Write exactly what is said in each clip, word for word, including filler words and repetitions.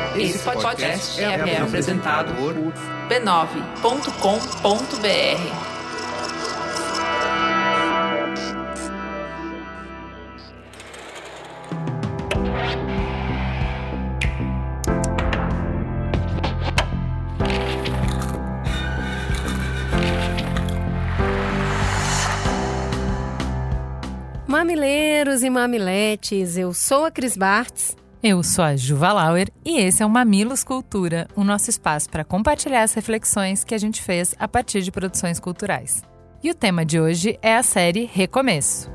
Esse podcast é, é apresentado por b nove ponto com ponto b r. Mamileiros e mamiletes, eu sou a Cris Bartz. Eu sou a Juva Lauer e esse é o Mamilos Cultura, o nosso espaço para compartilhar as reflexões que a gente fez a partir de produções culturais. E o tema de hoje é a série Recomeço.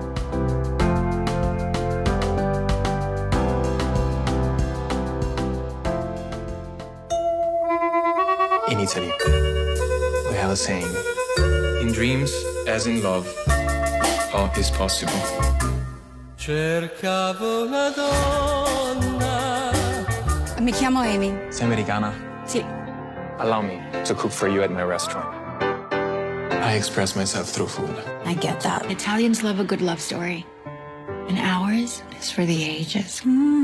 In Italy, we have a saying, in dreams as in love, all is possible. Cercavo una donna. Mi chiamo Amy. Sei americana? Sì. Allow me to cook for you at my restaurant. I express myself through food. I get that. Italians love a good love story. And ours is for the ages.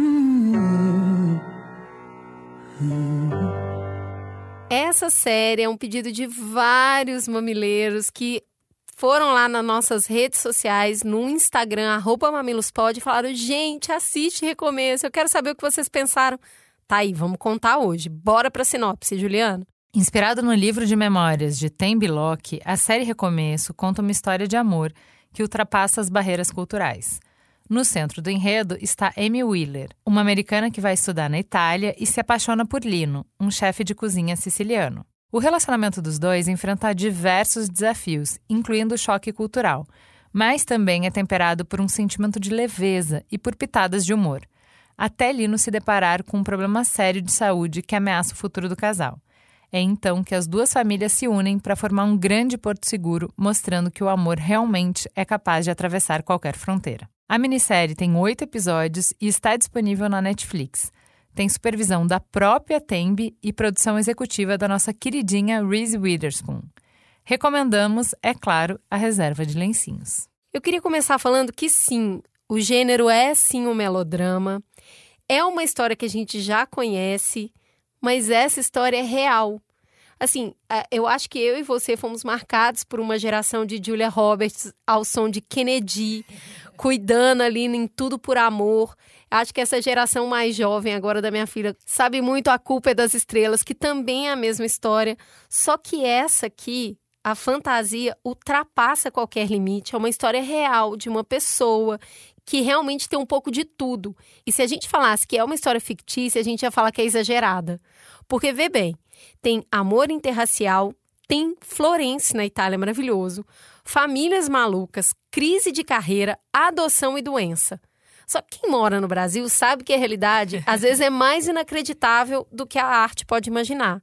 Essa série é um pedido de vários mamileiros que foram lá nas nossas redes sociais, no Instagram, arroba mamilospod, e falaram, gente, assiste Recomeço, eu quero saber o que vocês pensaram. Tá aí, vamos contar hoje. Bora pra sinopse, Juliana. Inspirado no livro de memórias de Tembi Locke, a série Recomeço conta uma história de amor que ultrapassa as barreiras culturais. No centro do enredo está Amy Wheeler, uma americana que vai estudar na Itália e se apaixona por Lino, um chefe de cozinha siciliano. O relacionamento dos dois enfrenta diversos desafios, incluindo o choque cultural, mas também é temperado por um sentimento de leveza e por pitadas de humor, até Lino se deparar com um problema sério de saúde que ameaça o futuro do casal. É então que as duas famílias se unem para formar um grande porto seguro, mostrando que o amor realmente é capaz de atravessar qualquer fronteira. A minissérie tem oito episódios e está disponível na Netflix. Tem supervisão da própria Tembi e produção executiva da nossa queridinha Reese Witherspoon. Recomendamos, é claro, a Reserva de Lencinhos. Eu queria começar falando que sim, o gênero é sim um melodrama. É uma história que a gente já conhece, mas essa história é real. Assim, eu acho que eu e você fomos marcados por uma geração de Julia Roberts ao som de Kennedy, cuidando ali em Tudo por Amor. Acho que essa geração mais jovem agora da minha filha sabe muito A Culpa é das Estrelas, que também é a mesma história. Só que essa aqui, a fantasia, ultrapassa qualquer limite. É uma história real de uma pessoa que realmente tem um pouco de tudo. E se a gente falasse que é uma história fictícia, a gente ia falar que é exagerada. Porque, vê bem, tem amor interracial, tem Florence na Itália, maravilhoso, famílias malucas, crise de carreira, adoção e doença. Só que quem mora no Brasil sabe que a realidade, às vezes, é mais inacreditável do que a arte pode imaginar.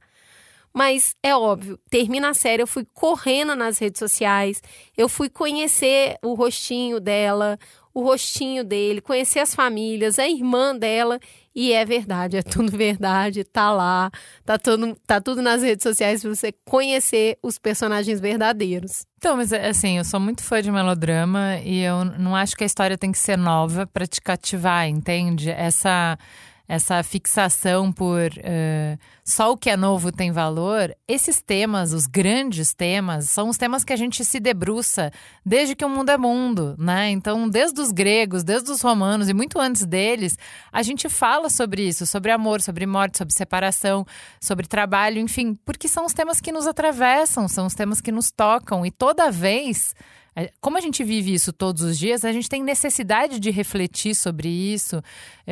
Mas é óbvio, termina a série, eu fui correndo nas redes sociais, eu fui conhecer o rostinho dela, o rostinho dele, conhecer as famílias, a irmã dela, e é verdade, é tudo verdade, tá lá, tá, todo, tá tudo nas redes sociais para você conhecer os personagens verdadeiros. Então, mas assim, eu sou muito fã de melodrama e eu não acho que a história tem que ser nova para te cativar, entende? Essa... Essa fixação por uh, só o que é novo tem valor, esses temas, os grandes temas, são os temas que a gente se debruça desde que o mundo é mundo, né? Então, desde os gregos, desde os romanos e muito antes deles, a gente fala sobre isso, sobre amor, sobre morte, sobre separação, sobre trabalho, enfim, porque são os temas que nos atravessam, são os temas que nos tocam e toda vez... Como a gente vive isso todos os dias, a gente tem necessidade de refletir sobre isso,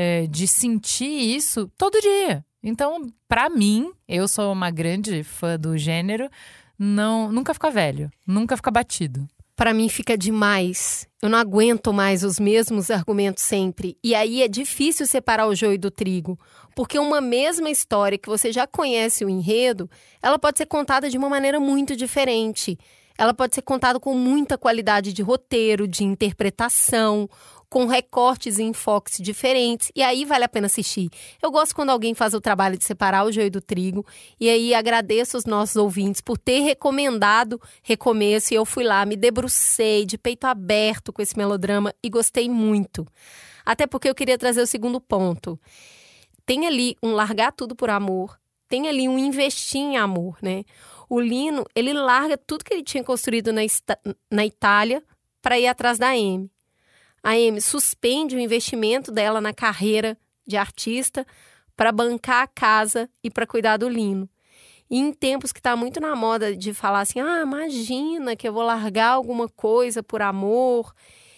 de sentir isso todo dia. Então, para mim, eu sou uma grande fã do gênero, não, nunca fica velho, nunca fica batido. Para mim fica demais. Eu não aguento mais os mesmos argumentos sempre. E aí é difícil separar o joio do trigo. Porque uma mesma história que você já conhece o enredo, ela pode ser contada de uma maneira muito diferente. Ela pode ser contada com muita qualidade de roteiro, de interpretação, com recortes e enfoques diferentes. E aí vale a pena assistir. Eu gosto quando alguém faz o trabalho de separar o joio do trigo. E aí agradeço aos nossos ouvintes por ter recomendado Recomeço. E eu fui lá, me debrucei de peito aberto com esse melodrama e gostei muito. Até porque eu queria trazer o segundo ponto. tem ali um largar tudo por amor, tem ali um investir em amor, né? O Lino, ele larga tudo que ele tinha construído na, na Itália para ir atrás da Amy. A Amy suspende o investimento dela na carreira de artista para bancar a casa e para cuidar do Lino. E em tempos que está muito na moda de falar assim, ah, imagina que eu vou largar alguma coisa por amor.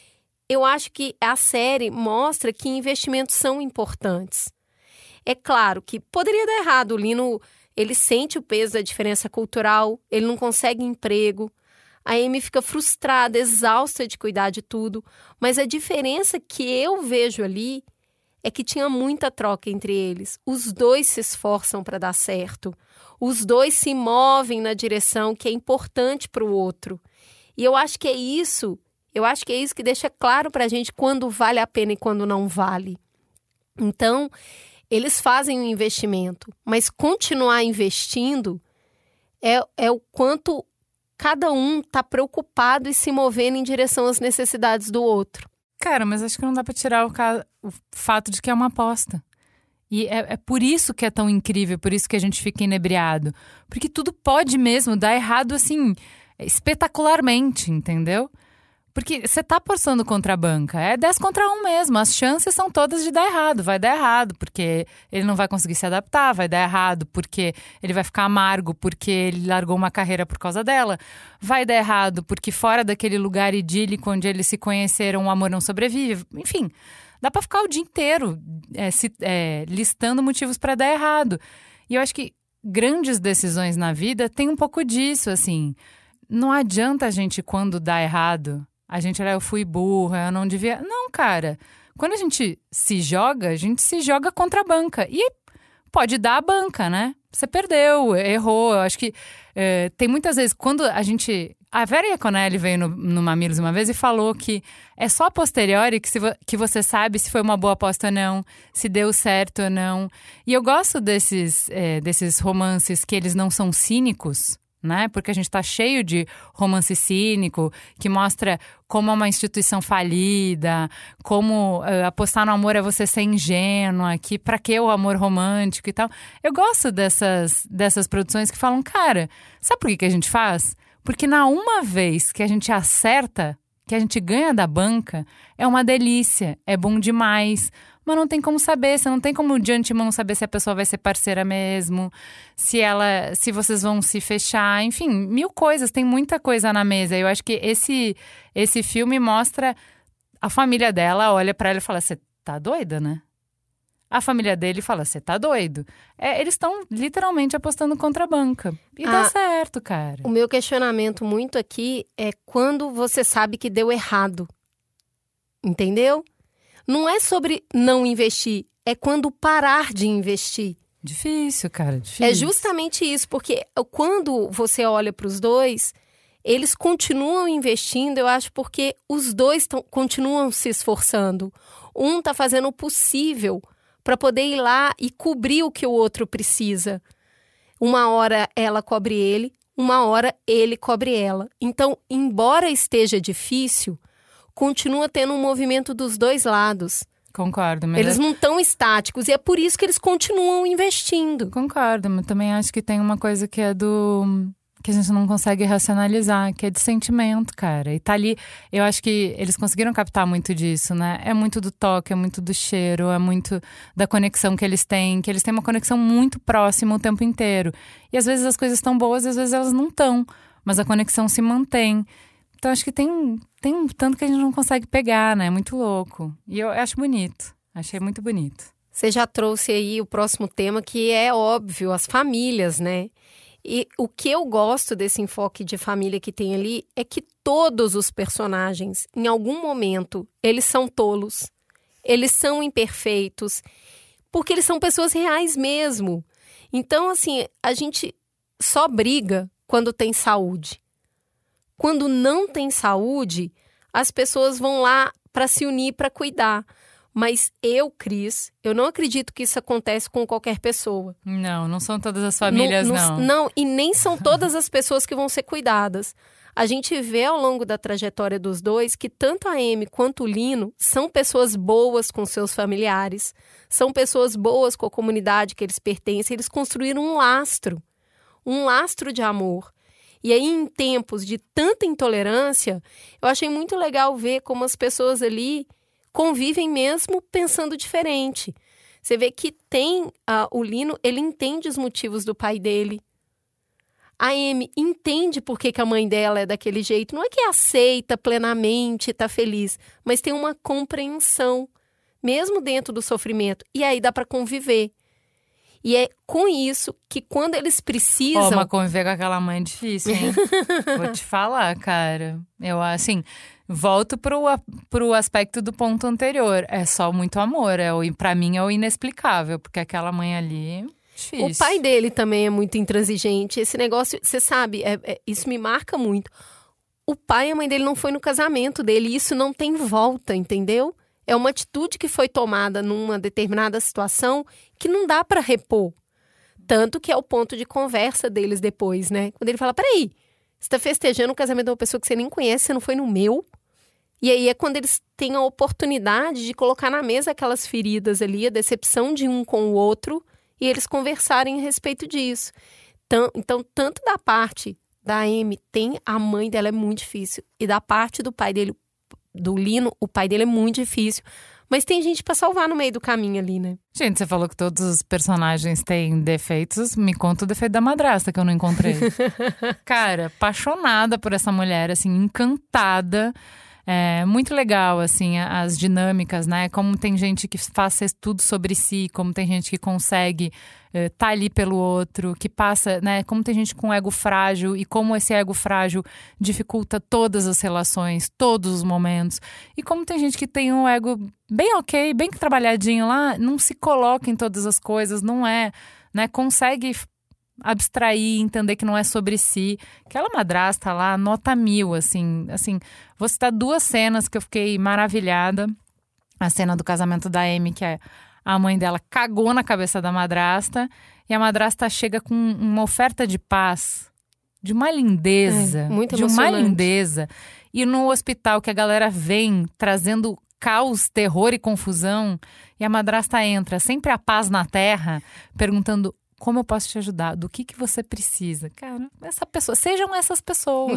Eu acho que a série mostra que investimentos são importantes. É claro que poderia dar errado. O Lino, ele sente o peso da diferença cultural, ele não consegue emprego. A Amy fica frustrada, exausta de cuidar de tudo. Mas a diferença que eu vejo ali é que tinha muita troca entre eles. Os dois se esforçam para dar certo. Os dois se movem na direção que é importante para o outro. E eu acho que é isso, eu acho que é isso que deixa claro para a gente quando vale a pena e quando não vale. Então, eles fazem um investimento, mas continuar investindo é, é o quanto cada um está preocupado e se movendo em direção às necessidades do outro. Cara, mas acho que não dá pra tirar o, ca... o fato de que é uma aposta. E é, é por isso que é tão incrível, por isso que a gente fica inebriado. Porque tudo pode mesmo dar errado, assim, espetacularmente, entendeu? Porque você tá apostando contra a banca, é dez contra um mesmo. As chances são todas de dar errado. Vai dar errado porque ele não vai conseguir se adaptar, vai dar errado porque ele vai ficar amargo porque ele largou uma carreira por causa dela. Vai dar errado porque fora daquele lugar idílico onde eles se conheceram, o amor não sobrevive. Enfim, dá pra ficar o dia inteiro é, se, é, listando motivos pra dar errado. E eu acho que grandes decisões na vida tem um pouco disso, assim. Não adianta a gente, quando dá errado, a gente, olha, eu fui burra, eu não devia... Não, cara. Quando a gente se joga, a gente se joga contra a banca. E pode dar a banca, né? Você perdeu, errou. Eu acho que é, tem muitas vezes, quando a gente... A Vera Iaconelli veio no, no Mamilos uma vez e falou que é só a posteriori que, se, que você sabe se foi uma boa aposta ou não, se deu certo ou não. E eu gosto desses, é, desses romances que eles não são cínicos, né? Porque a gente tá cheio de romance cínico que mostra como é uma instituição falida, como uh, apostar no amor é você ser ingênua, que pra que o amor romântico e tal. Eu gosto dessas, dessas produções que falam, cara, sabe por que, que a gente faz? Porque na uma vez que a gente acerta, que a gente ganha da banca, é uma delícia, é bom demais. Mas não tem como saber, você não tem como de antemão saber se a pessoa vai ser parceira mesmo, se ela, se vocês vão se fechar, enfim, mil coisas, tem muita coisa na mesa. Eu acho que esse, esse filme mostra a família dela, olha pra ela e fala, você tá doida, né? A família dele fala, você tá doido. É, eles estão literalmente apostando contra a banca. E ah, dá certo, cara. O meu questionamento muito aqui é quando você sabe que deu errado. Entendeu? Não é sobre não investir, é quando parar de investir. Difícil, cara, difícil. É justamente isso, porque quando você olha para os dois, eles continuam investindo, eu acho, porque os dois tão, continuam se esforçando. Um tá fazendo o possível para poder ir lá e cobrir o que o outro precisa. Uma hora ela cobre ele, uma hora ele cobre ela. Então, embora esteja difícil, continua tendo um movimento dos dois lados. Concordo. Mas eles é... não estão estáticos e é por isso que eles continuam investindo. Concordo, mas também acho que tem uma coisa que é do... que a gente não consegue racionalizar, que é de sentimento, cara. E tá ali, eu acho que eles conseguiram captar muito disso, né? É muito do toque, é muito do cheiro, é muito da conexão que eles têm, que eles têm uma conexão muito próxima o tempo inteiro. E às vezes as coisas estão boas, às vezes elas não estão, mas a conexão se mantém. Então acho que tem, tem um tanto que a gente não consegue pegar, né? É muito louco. E eu acho bonito, achei muito bonito. Você já trouxe aí o próximo tema, que é óbvio, as famílias, né? E o que eu gosto desse enfoque de família que tem ali é que todos os personagens, em algum momento, eles são tolos, eles são imperfeitos, porque eles são pessoas reais mesmo. Então, assim, a gente só briga quando tem saúde. Quando não tem saúde, as pessoas vão lá para se unir, para cuidar. Mas eu, Cris, eu não acredito que isso acontece com qualquer pessoa. Não, não são todas as famílias, não. Não, não, não e nem são todas as pessoas que vão ser cuidadas. A gente vê ao longo da trajetória dos dois que tanto a Amy quanto o Lino são pessoas boas com seus familiares, são pessoas boas com a comunidade que eles pertencem, eles construíram um lastro, um lastro de amor. E aí, em tempos de tanta intolerância, eu achei muito legal ver como as pessoas ali convivem mesmo pensando diferente. Você vê que tem uh, o Lino, ele entende os motivos do pai dele. A Amy entende por que, que a mãe dela é daquele jeito. Não é que aceita plenamente, está feliz, mas tem uma compreensão, mesmo dentro do sofrimento. E aí dá para conviver. E é com isso que quando eles precisam... Ó, mas conviver com aquela mãe é difícil, hein? Vou te falar, cara. Eu, assim, volto pro, pro aspecto do ponto anterior. É só muito amor. É o, pra mim é o inexplicável, porque aquela mãe ali... Difícil. O pai dele também é muito intransigente. Esse negócio, você sabe, é, é, isso me marca muito. O pai e a mãe dele não foi no casamento dele. E isso não tem volta, entendeu? É uma atitude que foi tomada numa determinada situação que não dá para repor. Tanto que é o ponto de conversa deles depois, né? Quando ele fala, peraí, você tá festejando o casamento de uma pessoa que você nem conhece, você não foi no meu? E aí é quando eles têm a oportunidade de colocar na mesa aquelas feridas ali, a decepção de um com o outro, e eles conversarem a respeito disso. Então, então, tanto da parte da Amy, tem a mãe dela é muito difícil. E da parte do pai dele, do Lino, o pai dele é muito difícil. Mas tem gente pra salvar no meio do caminho ali, né? Gente, você falou que todos os personagens têm defeitos. Me conta o defeito da madrasta que eu não encontrei. Cara, apaixonada por essa mulher, assim, encantada. É muito legal, assim, as dinâmicas, né? Como tem gente que faz tudo sobre si, como tem gente que consegue estar uh, tá ali pelo outro, que passa, né? Como tem gente com ego frágil e como esse ego frágil dificulta todas as relações, todos os momentos. E como tem gente que tem um ego bem ok, bem trabalhadinho lá, não se coloca em todas as coisas, não é, né? Consegue abstrair, entender que não é sobre si. Aquela madrasta lá, nota mil, assim, assim, vou citar duas cenas que eu fiquei maravilhada. A cena do casamento da Amy, que é a mãe dela cagou na cabeça da madrasta, e a madrasta chega com uma oferta de paz, de uma lindeza, é, muito de uma emocionante. lindeza. E no hospital que a galera vem trazendo caos, terror e confusão, e a madrasta entra, sempre a paz na terra, perguntando: como eu posso te ajudar? Do que que você precisa? Cara, essa pessoa, sejam essas pessoas.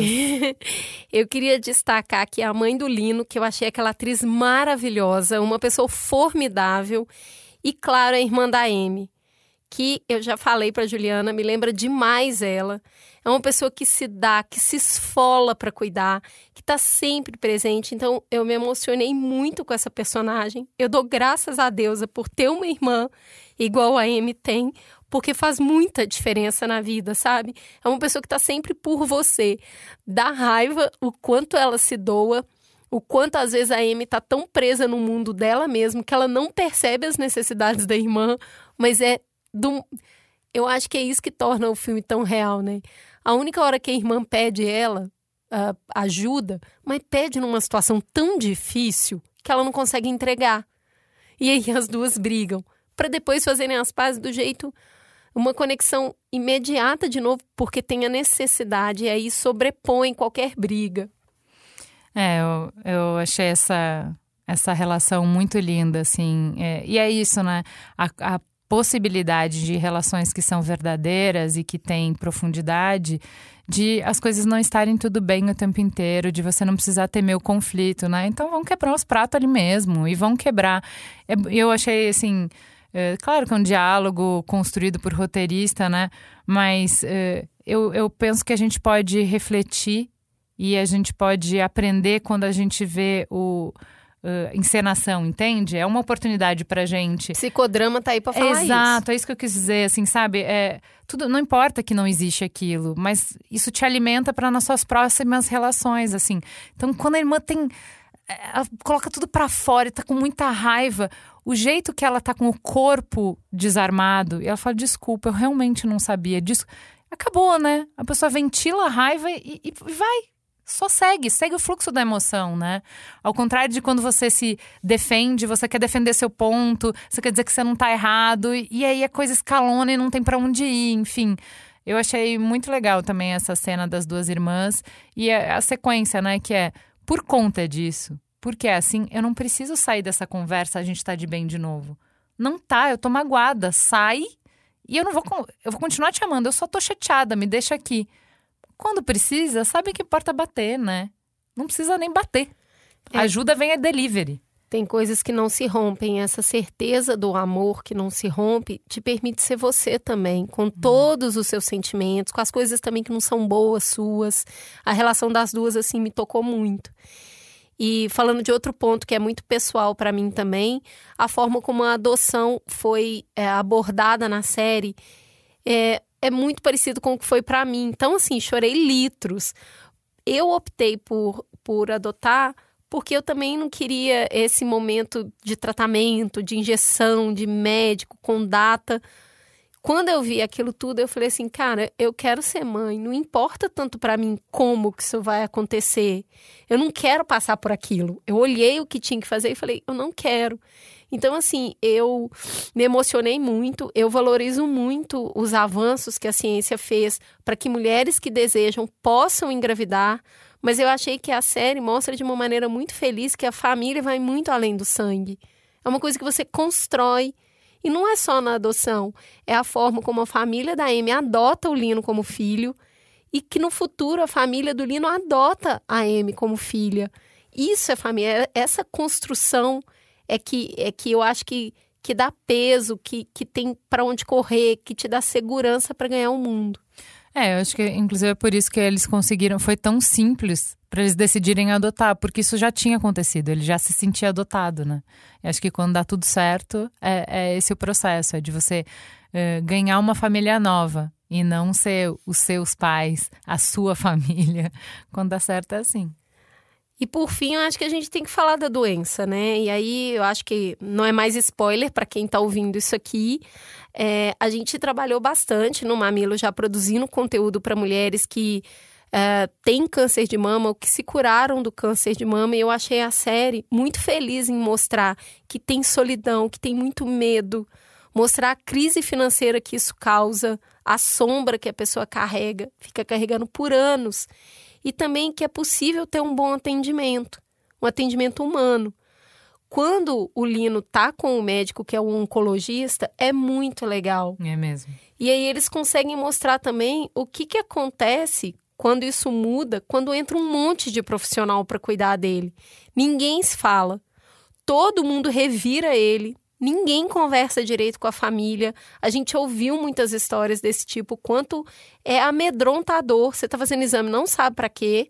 Eu queria destacar aqui a mãe do Lino, que eu achei aquela atriz maravilhosa, uma pessoa formidável. E, claro, a irmã da Amy, que eu já falei pra Juliana, me lembra demais ela. É uma pessoa que se dá, que se esfola para cuidar, que tá sempre presente. Então, eu me emocionei muito com essa personagem. Eu dou graças a Deus por ter uma irmã igual a Amy tem, porque faz muita diferença na vida, sabe? É uma pessoa que tá sempre por você. Dá raiva o quanto ela se doa, o quanto às vezes a Amy tá tão presa no mundo dela mesma que ela não percebe as necessidades da irmã, mas é do... Eu acho que é isso que torna o filme tão real, né? A única hora que a irmã pede ela uh, ajuda, mas pede numa situação tão difícil que ela não consegue entregar. E aí as duas brigam, para depois fazerem as pazes do jeito... Uma conexão imediata de novo, porque tem a necessidade, e aí sobrepõe qualquer briga. É, eu, eu achei essa, essa relação muito linda, assim. É, e é isso, né? A, a possibilidade de relações que são verdadeiras e que têm profundidade, de as coisas não estarem tudo bem o tempo inteiro, de você não precisar temer o conflito, né? Então vão quebrar os pratos ali mesmo, e vão quebrar. Eu achei, assim... É, claro que é um diálogo construído por roteirista, né? Mas é, eu, eu penso que a gente pode refletir e a gente pode aprender quando a gente vê o uh, encenação, entende? É uma oportunidade pra gente. Psicodrama tá aí pra falar é, isso. Exato, é isso que eu quis dizer, assim, sabe? É, tudo, não importa que não existe aquilo, mas isso te alimenta para nas suas próximas relações, assim. Então, quando a irmã tem... Ela coloca tudo pra fora e tá com muita raiva, o jeito que ela tá com o corpo desarmado, e ela fala, desculpa, eu realmente não sabia disso. Acabou, né? A pessoa ventila a raiva e, e vai. Só segue, segue o fluxo da emoção, né? Ao contrário de quando você se defende, você quer defender seu ponto, você quer dizer que você não tá errado, e, e aí a coisa escalona e não tem pra onde ir, enfim. Eu achei muito legal também essa cena das duas irmãs e a, a sequência, né? Que é, por conta disso, porque é assim, eu não preciso sair dessa conversa, a gente tá de bem de novo. Não tá, eu tô magoada, sai e eu não vou, eu vou continuar te amando, eu só tô chateada, me deixa aqui. Quando precisa, sabe que importa bater, né? Não precisa nem bater. É. Ajuda vem a delivery. Tem coisas que não se rompem. Essa certeza do amor que não se rompe te permite ser você também, com todos os seus sentimentos, com as coisas também que não são boas suas. A relação das duas, assim, me tocou muito. E falando de outro ponto que é muito pessoal para mim também, a forma como a adoção foi é, abordada na série é, é muito parecido com o que foi para mim. Então, assim, chorei litros. Eu optei por, por adotar porque eu também não queria esse momento de tratamento, de injeção, de médico, com data. Quando eu vi aquilo tudo, eu falei assim, cara, eu quero ser mãe, não importa tanto para mim como que isso vai acontecer. Eu não quero passar por aquilo. Eu olhei o que tinha que fazer e falei, eu não quero. Então, assim, eu me emocionei muito, eu valorizo muito os avanços que a ciência fez para que mulheres que desejam possam engravidar, mas eu achei que a série mostra de uma maneira muito feliz que a família vai muito além do sangue. É uma coisa que você constrói. E não é só na adoção, é a forma como a família da Amy adota o Lino como filho e que no futuro a família do Lino adota a Amy como filha. Isso é família, essa construção é que, é que eu acho que, que dá peso, que, que tem para onde correr, que te dá segurança para ganhar o mundo. É, eu acho que inclusive é por isso que eles conseguiram, foi tão simples para eles decidirem adotar, porque isso já tinha acontecido, ele já se sentia adotado, né? Eu acho que quando dá tudo certo, é, é esse o processo, é de você é, ganhar uma família nova e não ser os seus pais, a sua família. Quando dá certo é assim. E por fim, eu acho que a gente tem que falar da doença, né? E aí eu acho que não é mais spoiler para quem está ouvindo isso aqui. É, a gente trabalhou bastante no Mamilo já produzindo conteúdo para mulheres que é, têm câncer de mama ou que se curaram do câncer de mama. E eu achei a série muito feliz em mostrar que tem solidão, que tem muito medo. Mostrar a crise financeira que isso causa, a sombra que a pessoa carrega, fica carregando por anos. E também que é possível ter um bom atendimento, um atendimento humano. Quando o Lino tá com o médico, que é um oncologista, é muito legal. É mesmo. E aí eles conseguem mostrar também o que, que acontece quando isso muda, quando entra um monte de profissional para cuidar dele. Ninguém se fala, todo mundo revira ele. Ninguém conversa direito com a família. A gente ouviu muitas histórias desse tipo. Quanto é amedrontador. Você está fazendo exame, não sabe para quê.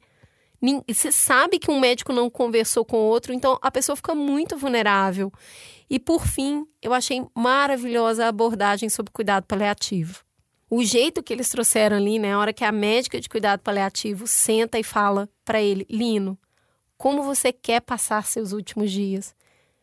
Você sabe que um médico não conversou com o outro. Então, a pessoa fica muito vulnerável. E, por fim, eu achei maravilhosa a abordagem sobre cuidado paliativo. O jeito que eles trouxeram ali, né? A hora que a médica de cuidado paliativo senta e fala para ele, Lino, como você quer passar seus últimos dias?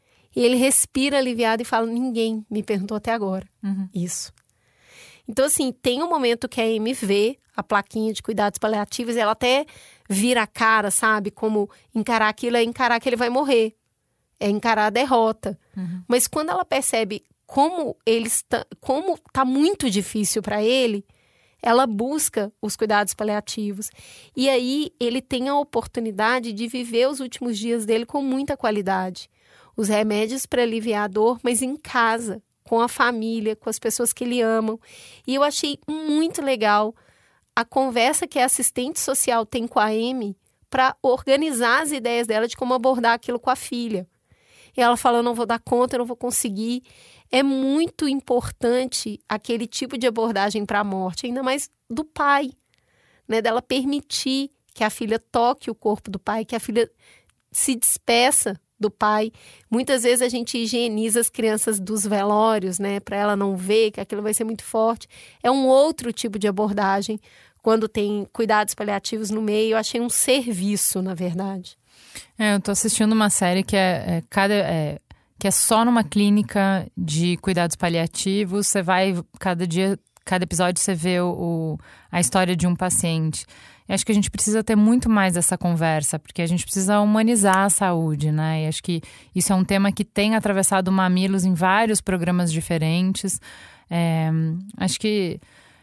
E ele respira aliviado e fala, ninguém me perguntou até agora uhum. isso. Então, assim, tem um momento que a Amy vê a plaquinha de cuidados paliativos e ela até vira a cara, sabe? Como encarar aquilo é encarar que ele vai morrer. É encarar a derrota. Uhum. Mas quando ela percebe como ele está, como tá muito difícil para ele, ela busca os cuidados paliativos. E aí ele tem a oportunidade de viver os últimos dias dele com muita qualidade. Os remédios para aliviar a dor, mas em casa, com a família, com as pessoas que ele amam. E eu achei muito legal a conversa que a assistente social tem com a Amy para organizar as ideias dela de como abordar aquilo com a filha. E ela fala, eu não vou dar conta, eu não vou conseguir. É muito importante aquele tipo de abordagem para a morte, ainda mais do pai, né? Dela permitir que a filha toque o corpo do pai, que a filha se despeça do pai. Muitas vezes a gente higieniza as crianças dos velórios, né? Para ela não ver que aquilo vai ser muito forte. É um outro tipo de abordagem quando tem cuidados paliativos no meio. Eu achei um serviço, na verdade. É, eu tô assistindo uma série que é, é, cada, é, que é só numa clínica de cuidados paliativos. Você vai, cada dia, cada episódio você vê o, o, a história de um paciente. E acho que a gente precisa ter muito mais essa conversa, porque a gente precisa humanizar a saúde, né? E acho que isso é um tema que tem atravessado o Mamilos em vários programas diferentes. É, acho que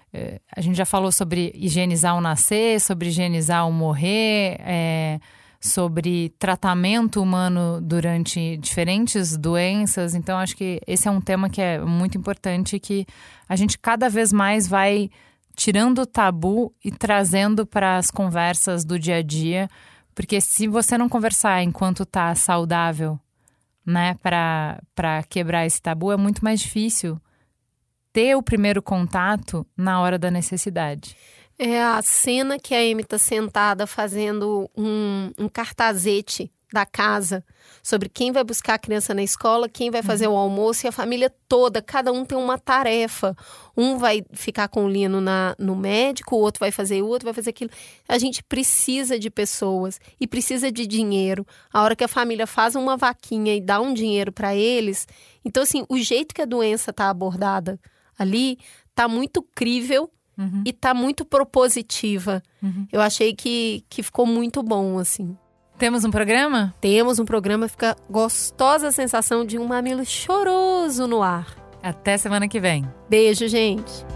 é, a gente já falou sobre higienizar o nascer, sobre higienizar o morrer, é, sobre tratamento humano durante diferentes doenças. Então, acho que esse é um tema que é muito importante, que a gente cada vez mais vai tirando o tabu e trazendo para as conversas do dia a dia. Porque se você não conversar enquanto está saudável, né, para para quebrar esse tabu, é muito mais difícil ter o primeiro contato na hora da necessidade. É a cena que a Amy tá sentada fazendo um, um cartazete da casa sobre quem vai buscar a criança na escola, quem vai fazer uhum. o almoço, e a família toda, cada um tem uma tarefa. Um vai ficar com o Lino na, no médico, o outro vai fazer o outro, vai fazer aquilo. A gente precisa de pessoas e precisa de dinheiro. A hora que a família faz uma vaquinha e dá um dinheiro para eles. Então, assim, o jeito que a doença tá abordada ali tá muito crível. Uhum. E tá muito propositiva. Uhum. Eu achei que, que ficou muito bom, assim. Temos um programa? Temos um programa, fica gostosa a sensação de um mamilo choroso no ar. Até semana que vem. Beijo, gente.